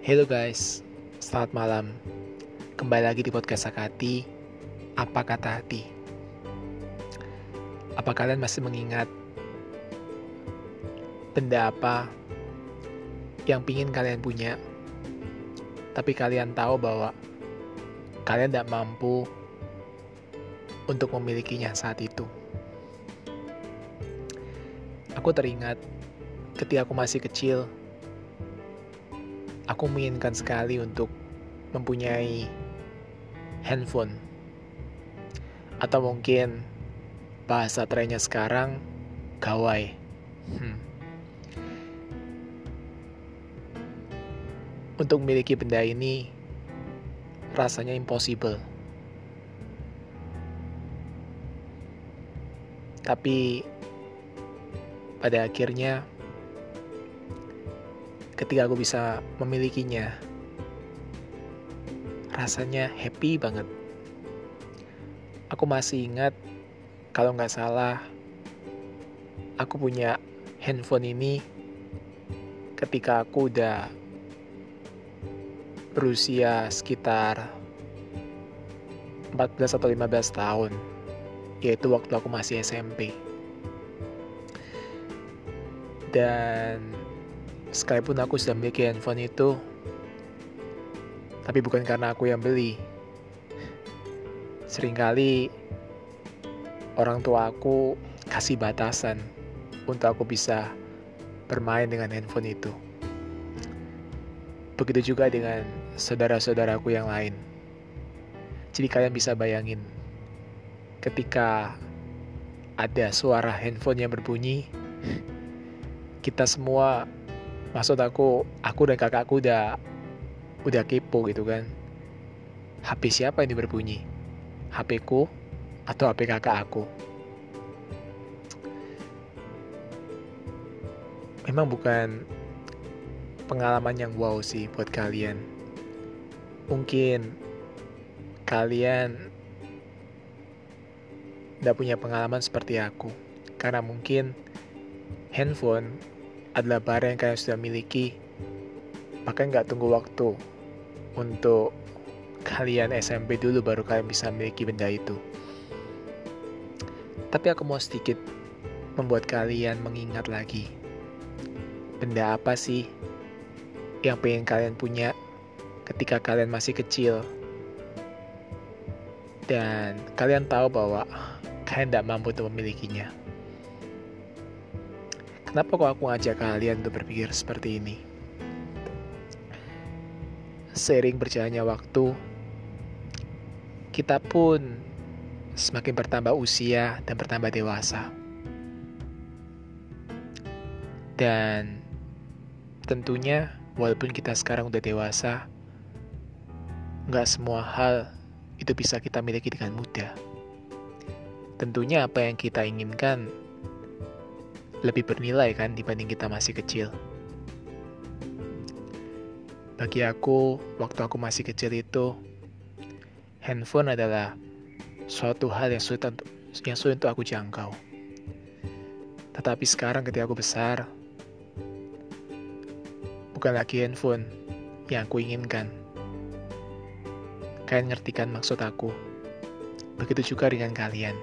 Hello guys, selamat malam. Kembali lagi di podcast Sakati, Apa Kata Hati. Apa kalian masih mengingat benda apa yang pingin kalian punya, tapi kalian tahu bahwa kalian tidak mampu untuk memilikinya saat itu? Aku teringat ketika aku masih kecil, aku menginginkan sekali untuk mempunyai handphone. Atau mungkin bahasa trennya sekarang, gawai. Untuk memiliki benda ini rasanya impossible. Tapi pada akhirnya ketika aku bisa memilikinya, rasanya happy banget. Aku masih ingat, kalau nggak salah, aku punya handphone ini ketika aku udah berusia sekitar 14 atau 15 tahun, yaitu waktu aku masih SMP. Dan sekalipun aku sudah memiliki handphone itu, tapi bukan karena aku yang beli. Seringkali orang tua aku kasih batasan untuk aku bisa bermain dengan handphone itu. Begitu juga dengan saudara-saudaraku yang lain. Jadi kalian bisa bayangin, ketika ada suara handphone yang berbunyi, kita semua, maksud aku dan kakakku udah kepo gitu kan. HP siapa ini berbunyi? HP ku atau HP kakak aku? Memang bukan pengalaman yang wow sih buat kalian. Mungkin kalian gak punya pengalaman seperti aku, karena mungkin handphone adalah barang yang kalian sudah miliki, bahkan gak tunggu waktu untuk kalian SMP dulu baru kalian bisa memiliki benda itu. Tapi aku mau sedikit membuat kalian mengingat lagi, benda apa sih yang pengen kalian punya ketika kalian masih kecil, dan kalian tahu bahwa kalian tidak mampu untuk memilikinya. Kenapa kok aku ngajak kalian untuk berpikir seperti ini? Seiring berjalannya waktu, kita pun semakin bertambah usia dan bertambah dewasa. Dan tentunya walaupun kita sekarang udah dewasa, gak semua hal itu bisa kita miliki dengan mudah. Tentunya apa yang kita inginkan lebih bernilai kan dibanding kita masih kecil. Bagi aku, waktu aku masih kecil itu, handphone adalah suatu hal yang sulit untuk aku jangkau. Tetapi sekarang ketika aku besar, bukan lagi handphone yang aku inginkan. Kalian ngerti kan maksud aku? Begitu juga dengan kalian.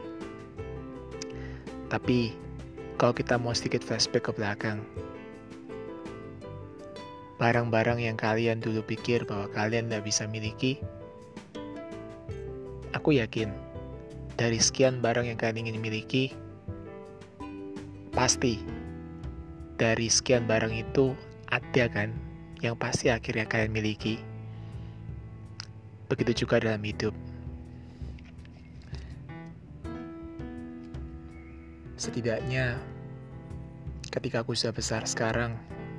Tapi kalau kita mau sedikit flashback ke belakang, barang-barang yang kalian dulu pikir bahwa kalian tidak bisa miliki, aku yakin dari sekian barang yang kalian ingin miliki, pasti dari sekian barang itu ada kan yang pasti akhirnya kalian miliki. Begitu juga dalam hidup. Setidaknya ketika aku sudah besar sekarang,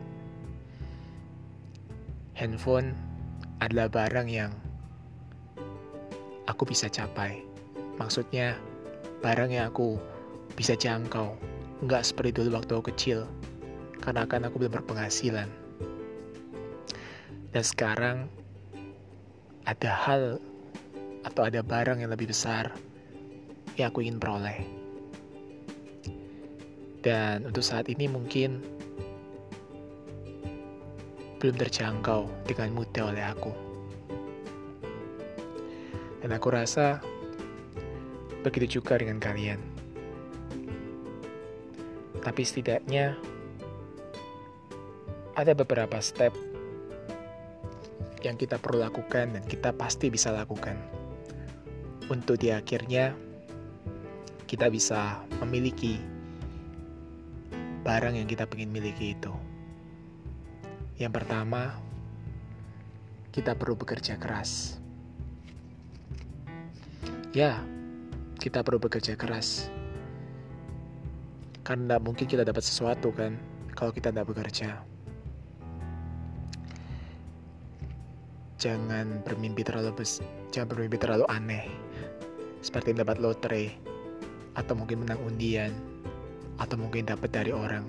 handphone adalah barang yang aku bisa capai. Maksudnya barang yang aku bisa jangkau. Nggak seperti dulu waktu aku kecil, karena kan aku belum berpenghasilan. Dan sekarang ada hal atau ada barang yang lebih besar yang aku ingin peroleh. Dan untuk saat ini mungkin belum terjangkau dengan mudah oleh aku. Dan aku rasa begitu juga dengan kalian. Tapi setidaknya ada beberapa step yang kita perlu lakukan dan kita pasti bisa lakukan untuk di akhirnya kita bisa memiliki barang yang kita ingin miliki itu. Yang pertama, kita perlu bekerja keras. Ya, kita perlu bekerja keras. Karena mungkin kita dapat sesuatu kan kalau kita tidak bekerja. Jangan bermimpi terlalu aneh, seperti dapat lotre, atau mungkin menang undian, atau mungkin dapat dari orang.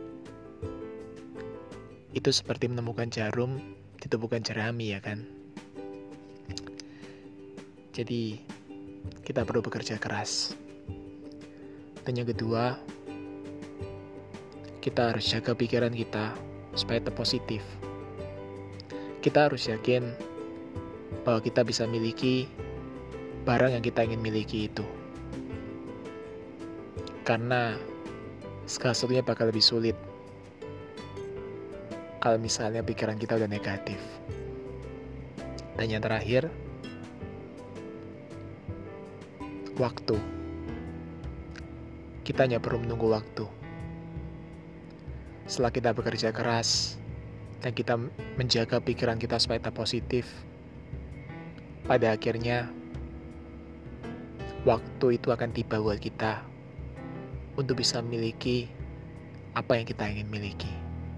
Itu seperti menemukan jarum di tumpukan jerami, ya kan? Jadi kita perlu bekerja keras. Dan yang kedua, kita harus jaga pikiran kita supaya tetap positif. Kita harus yakin bahwa kita bisa miliki barang yang kita ingin miliki itu. Karena segala sesuatunya bakal lebih sulit kalau misalnya pikiran kita udah negatif. Dan yang terakhir, waktu. Kita hanya perlu menunggu waktu. Setelah kita bekerja keras dan kita menjaga pikiran kita supaya tetap positif, pada akhirnya waktu itu akan tiba buat kita untuk bisa memiliki apa yang kita ingin miliki.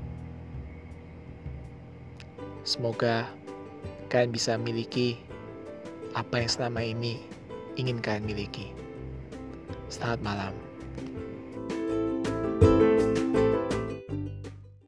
Semoga kalian bisa memiliki apa yang selama ini ingin kalian miliki. Selamat malam.